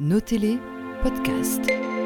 Nos télés, podcast.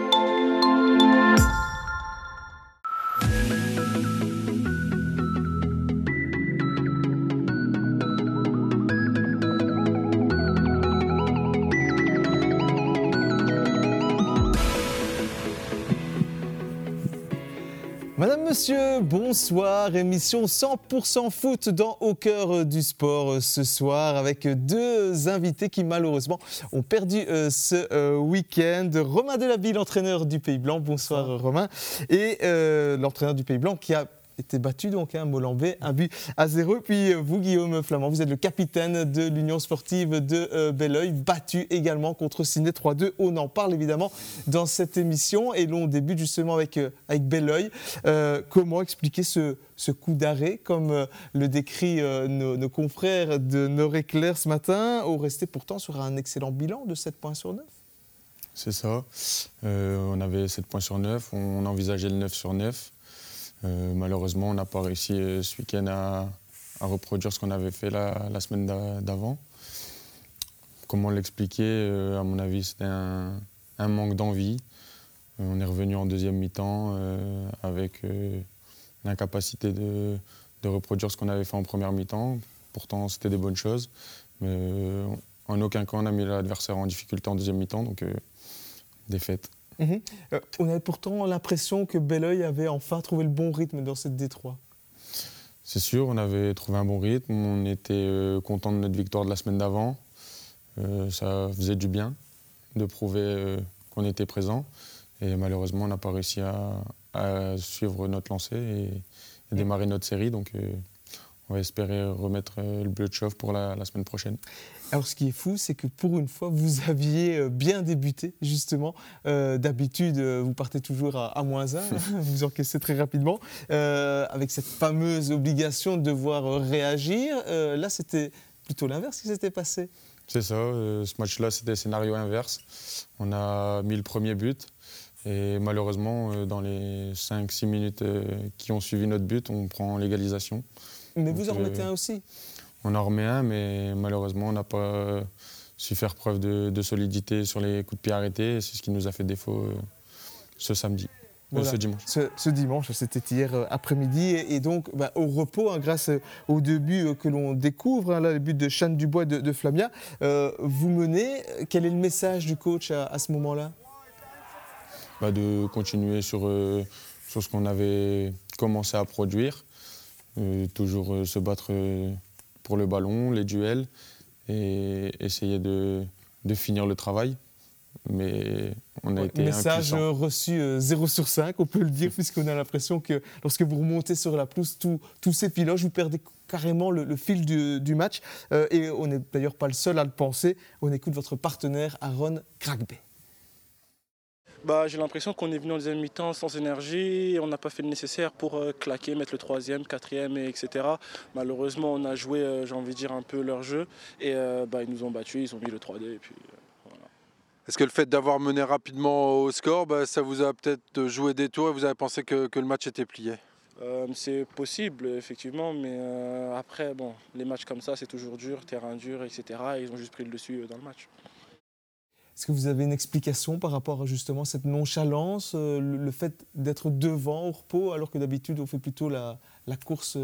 Madame, monsieur, bonsoir. Émission 100% foot dans Au cœur du sport ce soir avec deux invités qui malheureusement ont perdu ce week-end. Romain Delabille, l'entraîneur du Pays Blanc. Bonsoir Romain. Et l'entraîneur du Pays Blanc qui a été battu donc Molenbeek, 1-0. Puis vous, Guillaume Flamand, vous êtes le capitaine de l'Union sportive de Belleuil, battu également contre Sydney 3-2. On en parle évidemment dans cette émission et l'on débute justement avec Belleuil. Comment expliquer ce coup d'arrêt, comme le décrit nos confrères de Nord-Éclair ce matin, au resté pourtant sur un excellent bilan de 7 points sur 9? C'est ça. On avait 7 points sur 9, on envisageait le 9 sur 9. Malheureusement, on n'a pas réussi ce week-end à reproduire ce qu'on avait fait la semaine d'avant. Comment l'expliquer? À mon avis, c'était un manque d'envie. On est revenu en deuxième mi-temps avec l'incapacité de reproduire ce qu'on avait fait en première mi-temps. Pourtant, c'était des bonnes choses. Mais en aucun cas, on a mis l'adversaire en difficulté en deuxième mi-temps, donc défaite. On avait pourtant l'impression que Belleuil avait enfin trouvé le bon rythme dans cette D3. C'est sûr, on avait trouvé un bon rythme, on était content de notre victoire de la semaine d'avant. Ça faisait du bien de prouver qu'on était présent. Et malheureusement, on n'a pas réussi à suivre notre lancée et démarrer notre série. Donc on va espérer remettre le bleu de chauffe pour la semaine prochaine. Alors ce qui est fou, c'est que pour une fois, vous aviez bien débuté, justement. D'habitude, vous partez toujours à -1, vous encaissez très rapidement, avec cette fameuse obligation de devoir réagir. Là, c'était plutôt l'inverse qui s'était passé. C'est ça, ce match-là, c'était scénario inverse. On a mis le premier but et malheureusement, dans les 5-6 minutes qui ont suivi notre but, on prend l'égalisation. Mais vous en remettez un aussi? On en remet un, mais malheureusement, on n'a pas su faire preuve de solidité sur les coups de pied arrêtés. C'est ce qui nous a fait défaut ce samedi, voilà. Ce dimanche. Ce dimanche, c'était hier après-midi. Et donc, au repos, grâce aux deux buts que l'on découvre, là, les buts de Chane Dubois et de Flamia, vous menez. Quel est le message du coach à ce moment-là? De continuer sur ce qu'on avait commencé à produire. Toujours se battre pour le ballon, les duels, et essayer de finir le travail. Mais on a été message impuissant. Reçu 0 sur 5, on peut le dire, puisqu'on a l'impression que lorsque vous remontez sur la pelouse, tout s'effiloche, vous perdez carrément le fil du match. Et on n'est d'ailleurs pas le seul à le penser. On écoute votre partenaire Aaron Kragbé. J'ai l'impression qu'on est venu en deuxième mi-temps sans énergie, on n'a pas fait le nécessaire pour claquer, mettre le troisième, quatrième, etc. Malheureusement, on a joué, j'ai envie de dire, un peu leur jeu et ils nous ont battus, ils ont mis le 3-2 et puis voilà. Est-ce que le fait d'avoir mené rapidement au score, ça vous a peut-être joué des tours et vous avez pensé que le match était plié? C'est possible, effectivement, mais après, les matchs comme ça, c'est toujours dur, terrain dur, etc. Et ils ont juste pris le dessus dans le match. Est-ce que vous avez une explication par rapport à justement cette nonchalance, le fait d'être devant au repos, alors que d'habitude on fait plutôt la course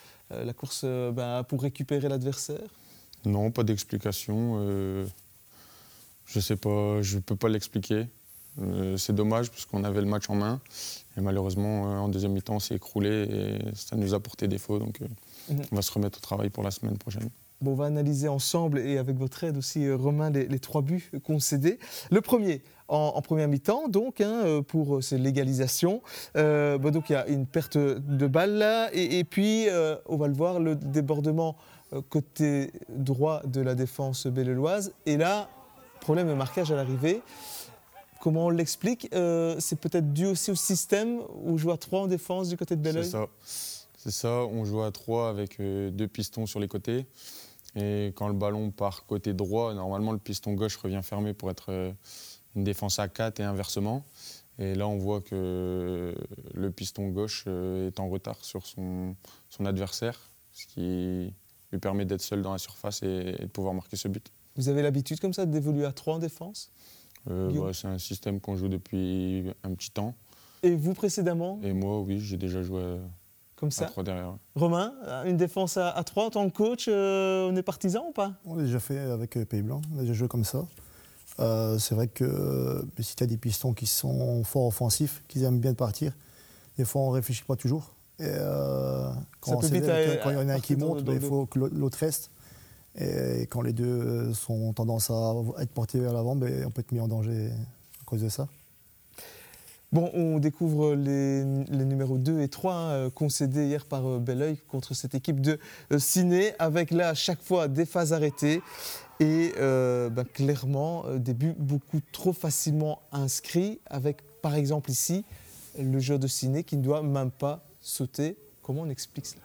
pour récupérer l'adversaire? Non, pas d'explication. Je sais pas, je ne peux pas l'expliquer. C'est dommage parce qu'on avait le match en main. Et malheureusement, en deuxième mi-temps, on s'est écroulé et ça nous a porté défaut. Donc on va se remettre au travail pour la semaine prochaine. On va analyser ensemble et avec votre aide aussi, Romain, les 3 buts concédés. Le premier, en première mi-temps, donc, pour c'est l'égalisation. Donc il y a une perte de balle là. Et puis, on va le voir, le débordement côté droit de la défense belleuilloise. Et là, problème de marquage à l'arrivée. Comment on l'explique? C'est peut-être dû aussi au système où on joue à 3 en défense du côté de Belleuil? C'est ça, on joue à 3 avec 2 pistons sur les côtés. Et quand le ballon part côté droit, normalement le piston gauche revient fermé pour être une défense à 4 et inversement. Et là on voit que le piston gauche est en retard sur son adversaire, ce qui lui permet d'être seul dans la surface et de pouvoir marquer ce but. Vous avez l'habitude comme ça d'évoluer à 3 en défense? C'est un système qu'on joue depuis un petit temps. Et vous précédemment? Et moi, oui, j'ai déjà joué Comme ça. à 3 derrière. Romain, une défense à 3 en tant que coach, on est partisan ou pas? On l'a déjà fait avec Pays Blanc, on a déjà joué comme ça. C'est vrai que si tu as des pistons qui sont forts offensifs, qui aiment bien partir, des fois on ne réfléchit pas toujours. Et quand il y en a un qui monte, il faut que l'autre reste. Et quand les deux ont tendance à être portés vers l'avant, on peut être mis en danger à cause de ça. Bon, on découvre les numéros 2 et 3 concédés hier par Belleuil contre cette équipe de Ciné, avec là à chaque fois des phases arrêtées et clairement des buts beaucoup trop facilement inscrits, avec par exemple ici le joueur de Ciné qui ne doit même pas sauter. Comment on explique cela?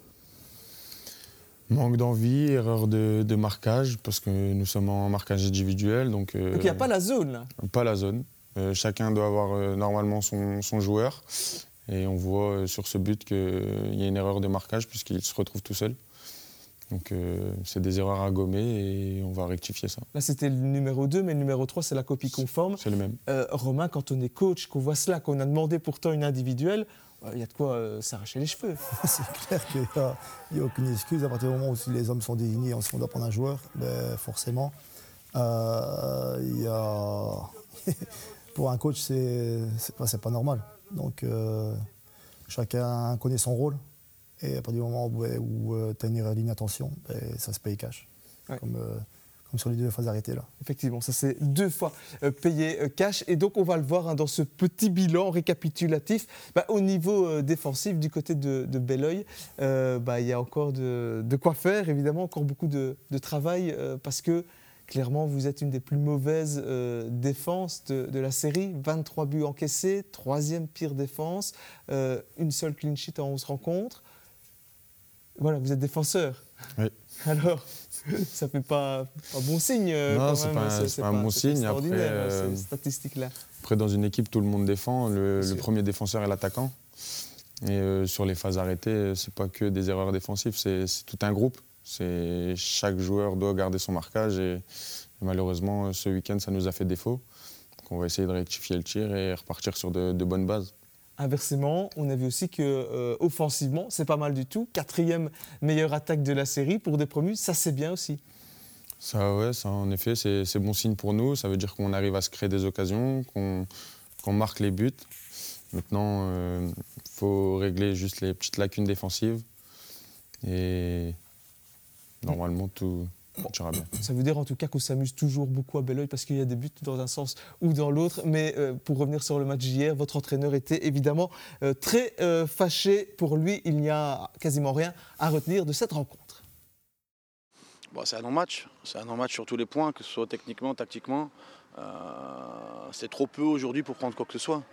Manque d'envie, erreur de marquage, parce que nous sommes en marquage individuel. Donc il n'y a pas la zone là? Pas la zone. Chacun doit avoir normalement son joueur. Et on voit sur ce but qu'il y a une erreur de marquage puisqu'il se retrouve tout seul. Donc c'est des erreurs à gommer et on va rectifier ça. Là c'était le numéro 2, mais le numéro 3 c'est la copie conforme. C'est le même. Romain, quand on est coach, qu'on voit cela, qu'on a demandé pourtant une individuelle, il y a de quoi s'arracher les cheveux. C'est clair qu'il n'y a aucune excuse. À partir du moment où les hommes sont désignés, on doit prendre un joueur, forcément. Pour un coach, c'est pas normal. Donc, chacun connaît son rôle. Et à partir du moment où tu as une erreur d'inattention, ça se paye cash. Ouais. Comme sur les 2 phases arrêtées là. Effectivement, ça c'est 2 fois payé cash. Et donc on va le voir dans ce petit bilan récapitulatif. Au niveau défensif, du côté de Belleuil, il y a encore de quoi faire, évidemment, encore beaucoup de travail, parce que clairement, vous êtes une des plus mauvaises défenses de la série. 23 buts encaissés, 3e pire défense, une seule clean sheet en 11 rencontres. Voilà, vous êtes défenseur. Oui. Alors, ça ne fait pas bon signe. Non, ce n'est pas un bon signe. Après, ces statistiques-là. Après, dans une équipe, tout le monde défend. Le premier défenseur est l'attaquant. Et sur les phases arrêtées, ce n'est pas que des erreurs défensives, c'est tout un groupe. Chaque joueur doit garder son marquage et malheureusement ce week-end ça nous a fait défaut. Donc on va essayer de rectifier le tir et repartir sur de bonnes bases. Inversement, on a vu aussi que offensivement c'est pas mal du tout. 4e meilleure attaque de la série pour des promus, ça c'est bien aussi. Ça en effet c'est bon signe pour nous. Ça veut dire qu'on arrive à se créer des occasions, qu'on marque les buts. Maintenant faut régler juste les petites lacunes défensives et normalement, tout ira bien. Ça veut dire en tout cas qu'on s'amuse toujours beaucoup à Belleuil parce qu'il y a des buts dans un sens ou dans l'autre. Mais pour revenir sur le match d'hier, votre entraîneur était évidemment très fâché. Pour lui, il n'y a quasiment rien à retenir de cette rencontre. C'est un non-match. C'est un non-match sur tous les points, que ce soit techniquement, tactiquement. C'est trop peu aujourd'hui pour prendre quoi que ce soit.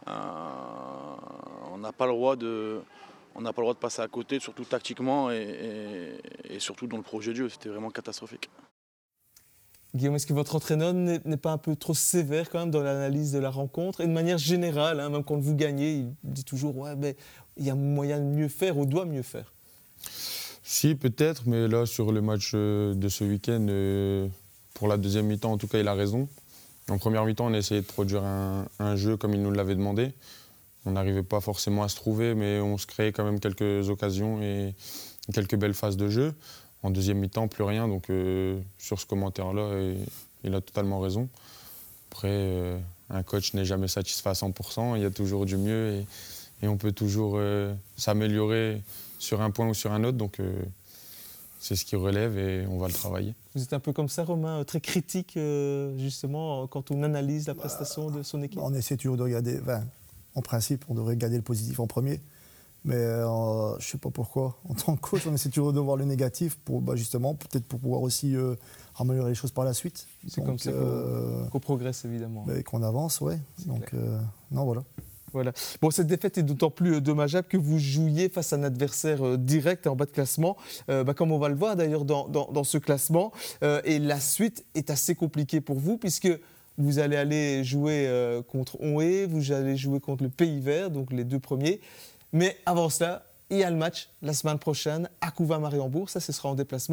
On n'a pas le droit de passer à côté, surtout tactiquement et surtout dans le projet de jeu. C'était vraiment catastrophique. Guillaume, est-ce que votre entraîneur n'est pas un peu trop sévère quand même dans l'analyse de la rencontre? Et de manière générale, même quand vous gagnez, il dit toujours il y a moyen de mieux faire, on doit mieux faire. Si, peut-être, mais là, sur le match de ce week-end, pour la 2e mi-temps, en tout cas, il a raison. En première mi-temps, on a essayé de produire un jeu comme il nous l'avait demandé. On n'arrivait pas forcément à se trouver, mais on se créait quand même quelques occasions et quelques belles phases de jeu. En 2e mi-temps, plus rien. Donc sur ce commentaire-là, il a totalement raison. Après, un coach n'est jamais satisfait à 100%. Il y a toujours du mieux et on peut toujours s'améliorer sur un point ou sur un autre. Donc c'est ce qui relève et on va le travailler. Vous êtes un peu comme ça, Romain, très critique justement quand on analyse la prestation de son équipe? On essaie toujours de regarder... En principe, on devrait garder le positif en premier. Mais je ne sais pas pourquoi. En tant que coach, on essaie toujours de voir le négatif pour justement, peut-être pour pouvoir aussi améliorer les choses par la suite. C'est donc, comme ça qu'on progresse, évidemment. Qu'on avance, oui. Donc, non, voilà. Voilà. Bon, cette défaite est d'autant plus dommageable que vous jouiez face à un adversaire direct en bas de classement, comme on va le voir d'ailleurs dans ce classement. Et la suite est assez compliquée pour vous, puisque vous allez aller jouer contre Onhé, vous allez jouer contre le Pays Vert, donc les 2 premiers. Mais avant cela, il y a le match la semaine prochaine à Couva-Mariembourg. Ça, ce sera en déplacement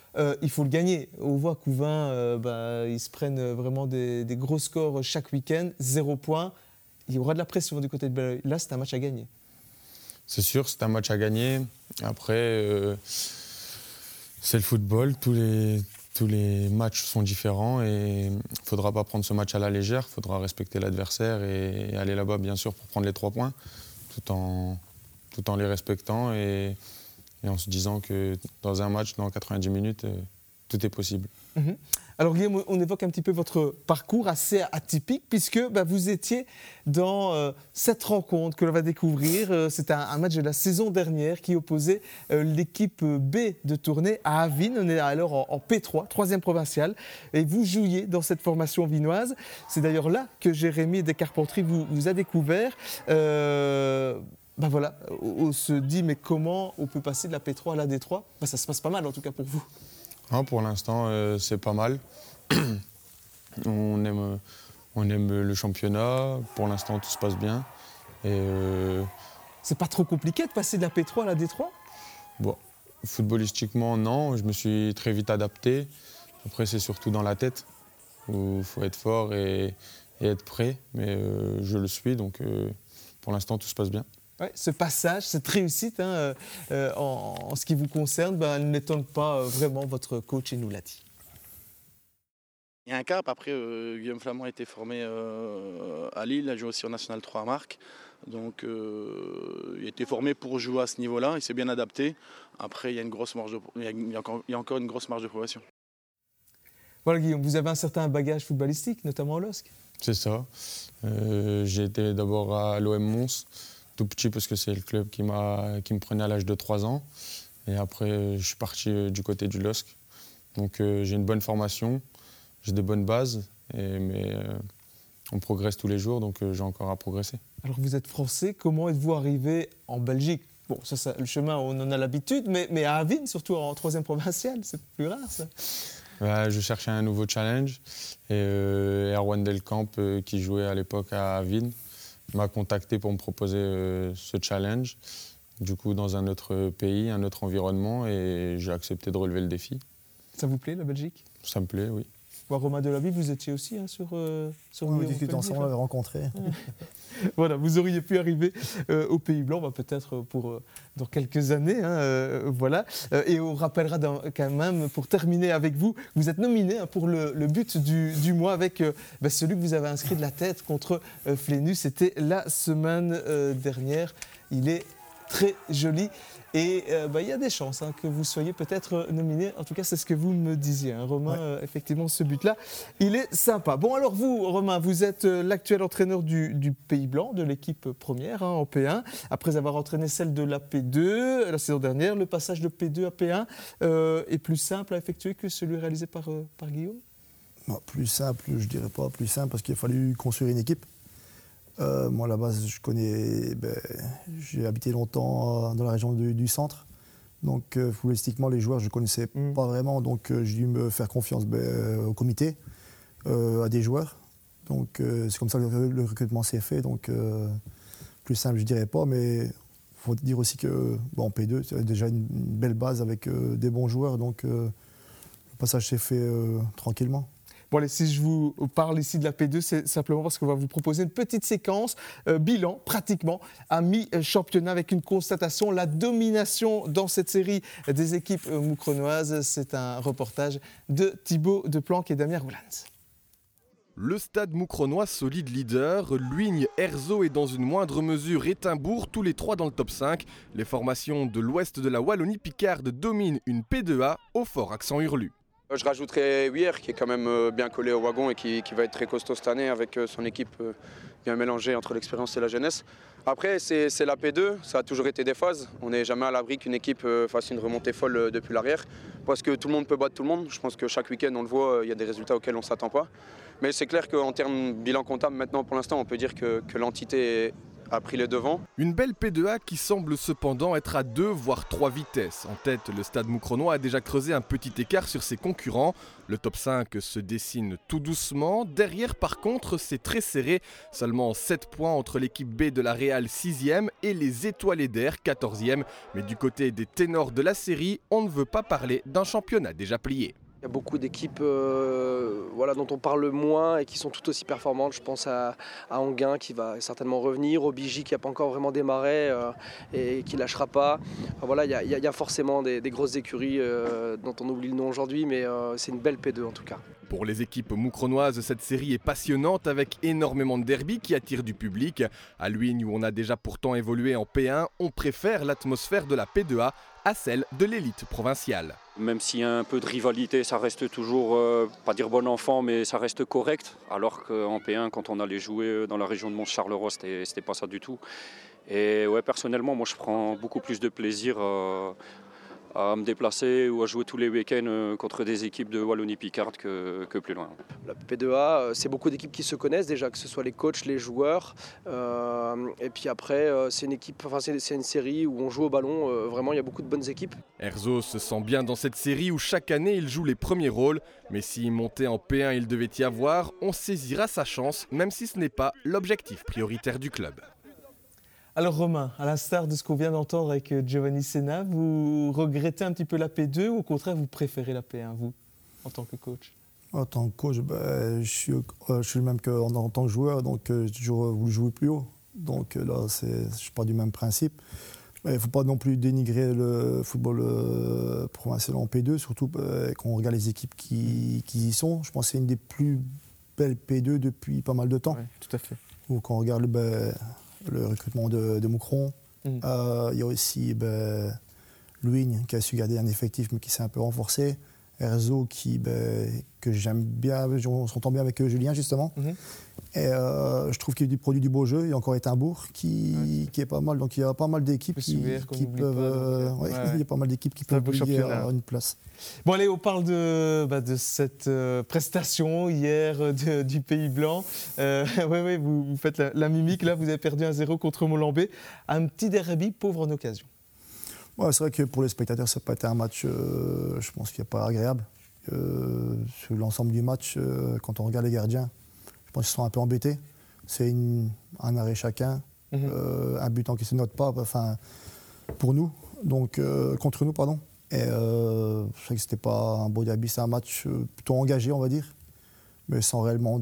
il faut le gagner. On voit Couvain, ils se prennent vraiment des gros scores chaque week-end, 0 points. Il y aura de la pression du côté de Belleuil. Là, c'est un match à gagner. C'est sûr, c'est un match à gagner. Après, c'est le football. Tous les matchs sont différents et il ne faudra pas prendre ce match à la légère. Il faudra respecter l'adversaire et aller là-bas, bien sûr, pour prendre les 3 points, tout en les respectant et en se disant que dans un match, dans 90 minutes, tout est possible. Mmh. Alors Guillaume, on évoque un petit peu votre parcours assez atypique puisque vous étiez dans cette rencontre que l'on va découvrir. C'est un match de la saison dernière qui opposait l'équipe B de Tournai à Avine. On est alors en P3, 3e provinciale. Et vous jouiez dans cette formation vinoise. C'est d'ailleurs là que Jérémy Descarpentries vous a découvert. Voilà, on se dit mais comment on peut passer de la P3 à la D3 ? Ça se passe pas mal en tout cas pour vous. Ah, pour l'instant, c'est pas mal. On aime le championnat. Pour l'instant, tout se passe bien. Et c'est pas trop compliqué de passer de la P3 à la D3 ? Bon, footballistiquement, non. Je me suis très vite adapté. Après, c'est surtout dans la tête où il faut être fort et être prêt. Mais je le suis, donc pour l'instant, tout se passe bien. Ouais, ce passage, cette réussite en ce qui vous concerne, elle n'étonne pas vraiment votre coach, il nous l'a dit. Il y a un cap. Après, Guillaume Flamand a été formé à Lille, il a joué aussi au National 3 à Marc. Donc il a été formé pour jouer à ce niveau-là, il s'est bien adapté. Après, il y a encore une grosse marge de progression. Voilà Guillaume, vous avez un certain bagage footballistique, notamment au LOSC. C'est ça. J'ai été d'abord à l'OM Mons. Tout petit parce que c'est le club qui me prenait à l'âge de 3 ans. Et après, je suis parti du côté du LOSC. Donc j'ai une bonne formation, j'ai des bonnes bases, mais on progresse tous les jours, donc j'ai encore à progresser. Alors vous êtes français, comment êtes-vous arrivé en Belgique ? Bon, ça, le chemin, on en a l'habitude, mais à Avine, surtout en 3e provinciale, c'est plus rare ça. Je cherchais un nouveau challenge et Erwan Delcamp, qui jouait à l'époque à Avine, m'a contacté pour me proposer ce challenge, du coup dans un autre pays, un autre environnement, et j'ai accepté de relever le défi. Ça vous plaît, la Belgique ? Ça me plaît, oui. Romain Delaby, vous étiez aussi sur on discute ensemble, on l'avait rencontré. Voilà, vous auriez pu arriver au Pays Blanc, peut-être dans quelques années. Voilà. Et on rappellera quand même, pour terminer avec vous, vous êtes nominé pour le but du mois avec celui que vous avez inscrit de la tête contre Flénus. C'était la semaine dernière. Il est très joli. Et il y a des chances que vous soyez peut-être nominé. En tout cas, c'est ce que vous me disiez, Romain. Ouais. Effectivement, ce but-là, il est sympa. Bon, alors vous, Romain, vous êtes l'actuel entraîneur du Pays Blanc, de l'équipe première en P1. Après avoir entraîné celle de la P2 la saison dernière, le passage de P2 à P1 est plus simple à effectuer que celui réalisé par Guillaume ? Plus simple, je dirais pas plus simple, parce qu'il a fallu construire une équipe. Moi, à la base, j'ai habité longtemps dans la région du centre. Donc, footballistiquement, les joueurs, je ne connaissais pas vraiment. Donc, j'ai dû me faire confiance au comité, à des joueurs. Donc, c'est comme ça que le recrutement s'est fait. Donc, plus simple, je ne dirais pas. Mais il faut dire aussi que P2, c'est déjà une belle base avec des bons joueurs. Donc, le passage s'est fait tranquillement. Bon, allez, si je vous parle ici de la P2, c'est simplement parce qu'on va vous proposer une petite séquence bilan, pratiquement, à mi-championnat, avec une constatation, la domination dans cette série des équipes moucronoises. C'est un reportage de Thibaut Deplanque et Damien Rouland. Le stade moucronois solide leader, Luigne, Erzo et dans une moindre mesure Étainbourg, tous les 3 dans le top 5. Les formations de l'ouest de la Wallonie-Picarde dominent une P2A au fort accent hurlu. Je rajouterai Huyer qui est quand même bien collé au wagon et qui va être très costaud cette année avec son équipe bien mélangée entre l'expérience et la jeunesse. Après, c'est la P2, ça a toujours été des phases. On n'est jamais à l'abri qu'une équipe fasse une remontée folle depuis l'arrière parce que tout le monde peut battre tout le monde. Je pense que chaque week-end, on le voit, il y a des résultats auxquels on ne s'attend pas. Mais c'est clair qu'en termes bilan comptable, maintenant, pour l'instant, on peut dire que l'entité a pris les devants. Une belle P2A qui semble cependant être à 2 voire 3 vitesses. En tête, le Stade Moucronois a déjà creusé un petit écart sur ses concurrents. Le top 5 se dessine tout doucement. Derrière par contre, c'est très serré. Seulement 7 points entre l'équipe B de la Real 6e et les Étoilés d'Air 14e. Mais du côté des ténors de la série, on ne veut pas parler d'un championnat déjà plié. Il y a beaucoup d'équipes dont on parle moins et qui sont tout aussi performantes. Je pense à Anguin qui va certainement revenir, au Bigi qui n'a pas encore vraiment démarré et qui ne lâchera pas. Enfin, voilà, il y a forcément des grosses écuries dont on oublie le nom aujourd'hui, mais c'est une belle P2 en tout cas. Pour les équipes moucronoises, cette série est passionnante avec énormément de derby qui attirent du public. À Luynes, où on a déjà pourtant évolué en P1, on préfère l'atmosphère de la P2A à celle de l'élite provinciale. Même s'il y a un peu de rivalité, ça reste toujours, pas dire bon enfant, mais ça reste correct. Alors qu'en P1, quand on allait jouer dans la région de Mont-Charleroi, c'était pas ça du tout. Et ouais, personnellement, moi je prends beaucoup plus de plaisir à me déplacer ou à jouer tous les week-ends contre des équipes de Wallonie-Picarde que plus loin. La P2A, c'est beaucoup d'équipes qui se connaissent déjà, que ce soit les coachs, les joueurs. Et puis après, c'est une série où on joue au ballon. Vraiment, il y a beaucoup de bonnes équipes. Erzo se sent bien dans cette série où chaque année il joue les premiers rôles. Mais s'il montait en P1 il devait y avoir, on saisira sa chance, même si ce n'est pas l'objectif prioritaire du club. Alors Romain, à l'instar de ce qu'on vient d'entendre avec Giovanni Senna, vous regrettez un petit peu la P2 ou au contraire vous préférez la P1, vous, en tant que coach? En tant que coach, je suis le même qu'en tant que joueur, donc j'ai toujours voulu jouer plus haut. Donc là, je pars du même principe. Il ne faut pas non plus dénigrer le football provincial en P2, surtout quand on regarde les équipes qui y sont. Je pense que c'est une des plus belles P2 depuis pas mal de temps. Oui, tout à fait. Ou quand on regarde le recrutement de Moucron. Il y a aussi Luynes qui a su garder un effectif mais qui s'est un peu renforcé. Erzo que j'aime bien, on s'entend bien avec Julien justement. Et je trouve qu'il y a du produit du beau jeu. Il y a encore Étainbourg qui est pas mal. Donc il y a pas mal d'équipes qui peuvent. Il y a pas mal d'équipes qui peuvent briller à une place. Bon allez, on parle de cette prestation hier du Pays Blanc. Vous faites la mimique. Là, vous avez perdu 1-0 contre Molenbeek. Un petit derby pauvre en occasion. Ouais, c'est vrai que pour les spectateurs, ça n'a pas été un match, je pense qu'il n'est pas agréable. Sur l'ensemble du match, quand on regarde les gardiens, je pense qu'ils sont un peu embêtés. C'est un arrêt chacun, un but qui ne se note pas, pour nous, donc contre nous, pardon. Et je sais que ce n'était pas un beau derby, c'est un match plutôt engagé, on va dire, mais sans réellement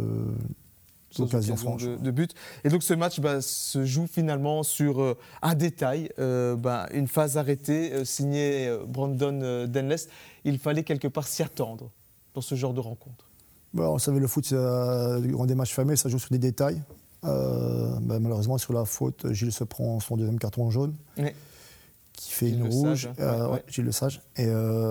d'occasion franche. De but. Et donc ce match se joue finalement sur un détail, une phase arrêtée signée Brandon Denless. Il fallait quelque part s'y attendre dans ce genre de rencontre. On savait le foot, durant des matchs fermés, ça joue sur des détails. Malheureusement, sur la faute, Gilles se prend son deuxième carton jaune, qui fait une rouge. Gilles Le Sage. Et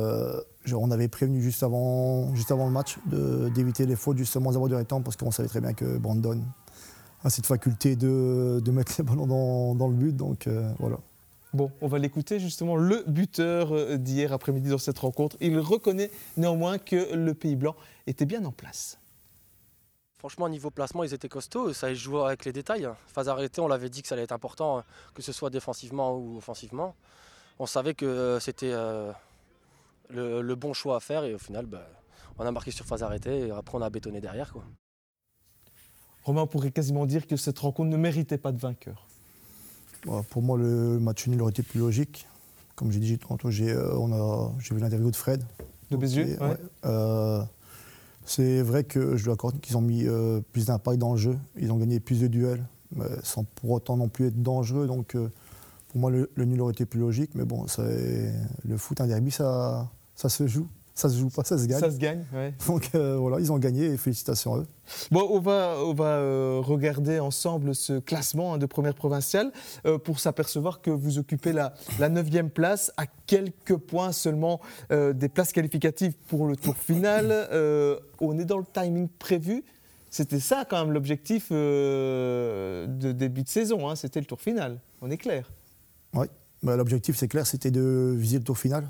on avait prévenu juste avant le match d'éviter les fautes justement aux abords du rectangle parce qu'on savait très bien que Brandon a cette faculté de mettre les ballons dans le but. Donc voilà. Bon, on va l'écouter justement, le buteur d'hier après-midi dans cette rencontre. Il reconnaît néanmoins que le Pays Blanc était bien en place. Franchement, niveau placement, ils étaient costauds. Ça se joue avec les détails. Phase arrêtée, on l'avait dit que ça allait être important, que ce soit défensivement ou offensivement. On savait que c'était le bon choix à faire et au final, on a marqué sur phase arrêtée et après on a bétonné derrière, quoi. Romain, on pourrait quasiment dire que cette rencontre ne méritait pas de vainqueur. Pour moi, le match nul aurait été plus logique. Comme j'ai dit tantôt, j'ai vu l'interview de Fred. De Bézieux, c'est vrai que je dois accorder qu'ils ont mis plus d'impact dans le jeu. Ils ont gagné plus de duels, mais sans pour autant non plus être dangereux. Donc, pour moi, le nul aurait été plus logique. Mais bon, le foot, un derby, ça se joue. Ça se joue pas, ça se gagne. Ça se gagne, oui. Donc voilà, ils ont gagné et félicitations à eux. Bon, on va regarder ensemble ce classement de première provinciale pour s'apercevoir que vous occupez la 9e place à quelques points seulement des places qualificatives pour le tour final. On est dans le timing prévu. C'était ça quand même l'objectif de début de saison, hein. C'était le tour final, on est clair. Oui, l'objectif c'est clair, c'était de viser le tour final.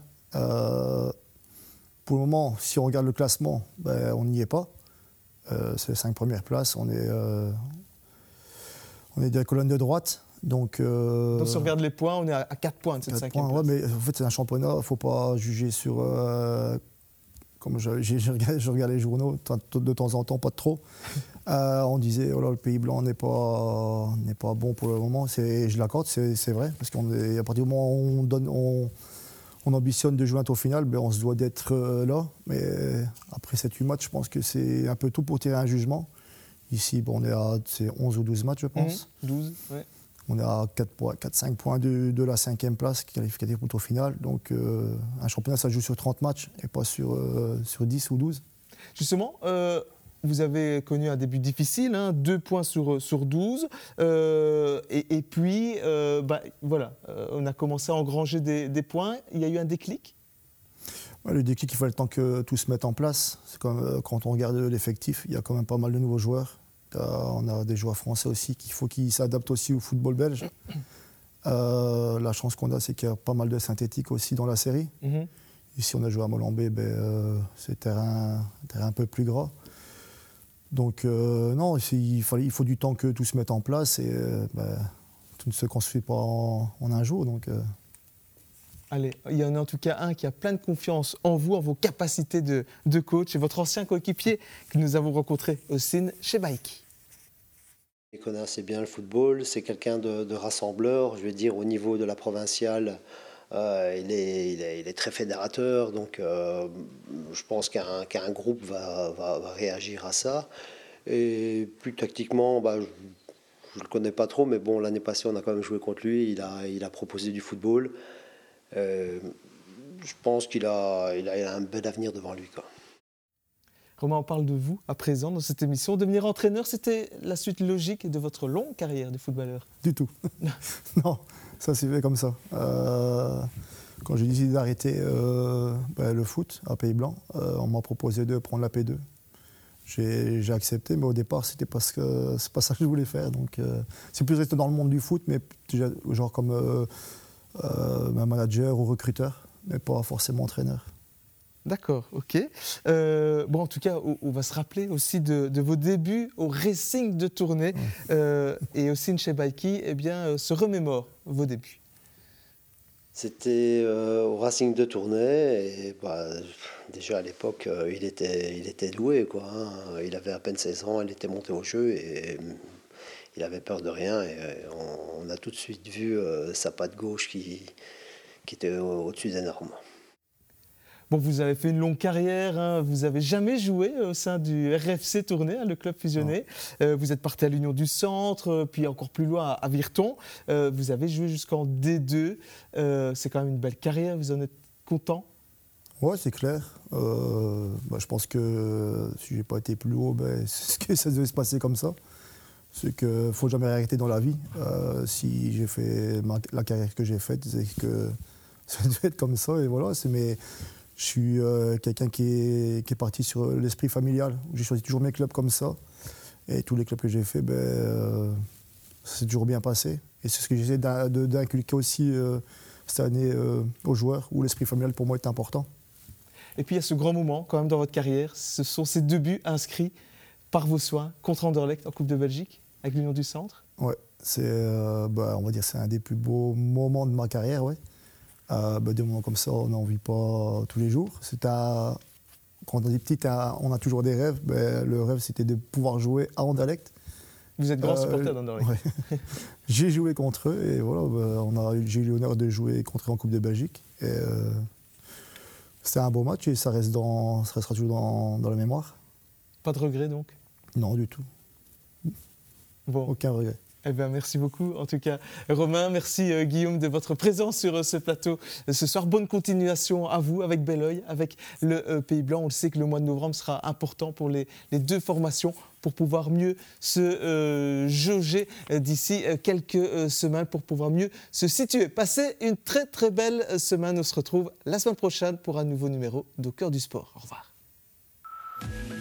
Pour le moment, si on regarde le classement, on n'y est pas. C'est les 5 premières places. On est On est de la colonne de droite. Donc si on regarde les points, on est à 4 points de cette 5e place. Ouais, mais en fait, c'est un championnat, il ne faut pas juger sur... comme je regarde les journaux de temps en temps, pas de trop. On disait, oh là, le Pays Blanc n'est pas bon pour le moment. Je l'accorde, c'est vrai. Parce qu'à partir du moment où on ambitionne de jouer un tour final, ben, on se doit d'être là. Mais après 7-8 matchs, je pense que c'est un peu tout pour tirer un jugement. Ici, bon, on est à 11 ou 12 matchs, je pense. 12, oui. On est à 4-5 points de la 5e place qui est qualificative pour le tour final. Donc un championnat, ça joue sur 30 matchs et pas sur 10 ou 12. Justement, vous avez connu un début difficile, 2 points sur 12. Et puis, voilà, on a commencé à engranger des points. Il y a eu un déclic ? Ouais, le déclic, il fallait le temps que tout se mette en place. C'est comme quand on regarde l'effectif, il y a quand même pas mal de nouveaux joueurs. On a des joueurs français aussi qu'il faut qu'ils s'adaptent aussi au football belge. La chance qu'on a, c'est qu'il y a pas mal de synthétiques aussi dans la série. Ici, on a joué à Molenbeek, c'est un terrain un peu plus gras. Donc non, il faut du temps que tout se mette en place et tout ne se construit pas en un jour. Donc, Allez, il y en a en tout cas un qui a plein de confiance en vous, en vos capacités de coach. C'est votre ancien coéquipier que nous avons rencontré, Hossein Chebaiki. Il connaît assez bien le football, c'est quelqu'un de rassembleur, je veux dire au niveau de la provinciale, il est très fédérateur, donc je pense qu'un groupe va réagir à ça. Et plus tactiquement, je ne le connais pas trop, mais bon, l'année passée on a quand même joué contre lui, il a proposé du football. Je pense qu'il a un bel avenir devant lui, quoi. Romain, on parle de vous à présent dans cette émission. Devenir entraîneur, c'était la suite logique de votre longue carrière de footballeur ? Du tout. Non, ça s'est fait comme ça. Quand j'ai décidé d'arrêter le foot à Pays Blanc, on m'a proposé de prendre la P2. J'ai accepté, mais au départ, c'est pas ça que je voulais faire. Donc, c'est plus rester dans le monde du foot, mais déjà, genre comme manager ou recruteur, mais pas forcément entraîneur. D'accord, ok. En tout cas, on va se rappeler aussi de vos débuts au Racing de Tournai. Et Hossein Chebaiki, se remémore vos débuts. C'était au Racing de Tournai et déjà à l'époque, il était doué, quoi, hein. Il avait à peine 16 ans, il était monté au jeu et il avait peur de rien. Et on a tout de suite vu sa patte gauche qui était au-dessus des normes. Bon, vous avez fait une longue carrière, vous n'avez jamais joué au sein du RFC Tournai, le club fusionné. Vous êtes parti à l'Union du Centre, puis encore plus loin à Virton. Vous avez joué jusqu'en D2. C'est quand même une belle carrière, vous en êtes content ? Oui, c'est clair. Je pense que si je n'ai pas été plus haut, c'est ce que ça devait se passer comme ça. C'est qu'il ne faut jamais arrêter dans la vie. Si j'ai fait la carrière que j'ai faite, c'est que ça devait être comme ça. Et voilà, je suis quelqu'un qui est parti sur l'esprit familial. J'ai choisi toujours mes clubs comme ça. Et tous les clubs que j'ai faits, ça s'est toujours bien passé. Et c'est ce que j'essaie d'inculquer aussi cette année aux joueurs, où l'esprit familial pour moi est important. Et puis il y a ce grand moment quand même dans votre carrière. Ce sont ces 2 buts inscrits par vos soins contre Anderlecht en Coupe de Belgique, avec l'Union du Centre. Ouais, on va dire c'est un des plus beaux moments de ma carrière, ouais. Des moments comme ça, on n'en vit pas tous les jours. Quand on est petit, on a toujours des rêves. Le rêve, c'était de pouvoir jouer à Anderlecht. Vous êtes grand supporter d'Anderlecht. Ouais. J'ai joué contre eux et voilà, j'ai eu l'honneur de jouer contre eux en Coupe de Belgique. Et, c'était un beau match et ça restera toujours dans la mémoire. Pas de regret donc ? Non, du tout. Bon. Aucun regret. Merci beaucoup. En tout cas, Romain, merci Guillaume de votre présence sur ce plateau ce soir. Bonne continuation à vous avec Belleuil, avec le Pays Blanc. On le sait que le mois de novembre sera important pour les 2 formations pour pouvoir mieux se jauger d'ici quelques semaines, pour pouvoir mieux se situer. Passez une très très belle semaine. On se retrouve la semaine prochaine pour un nouveau numéro d'Au Cœur du Sport. Au revoir.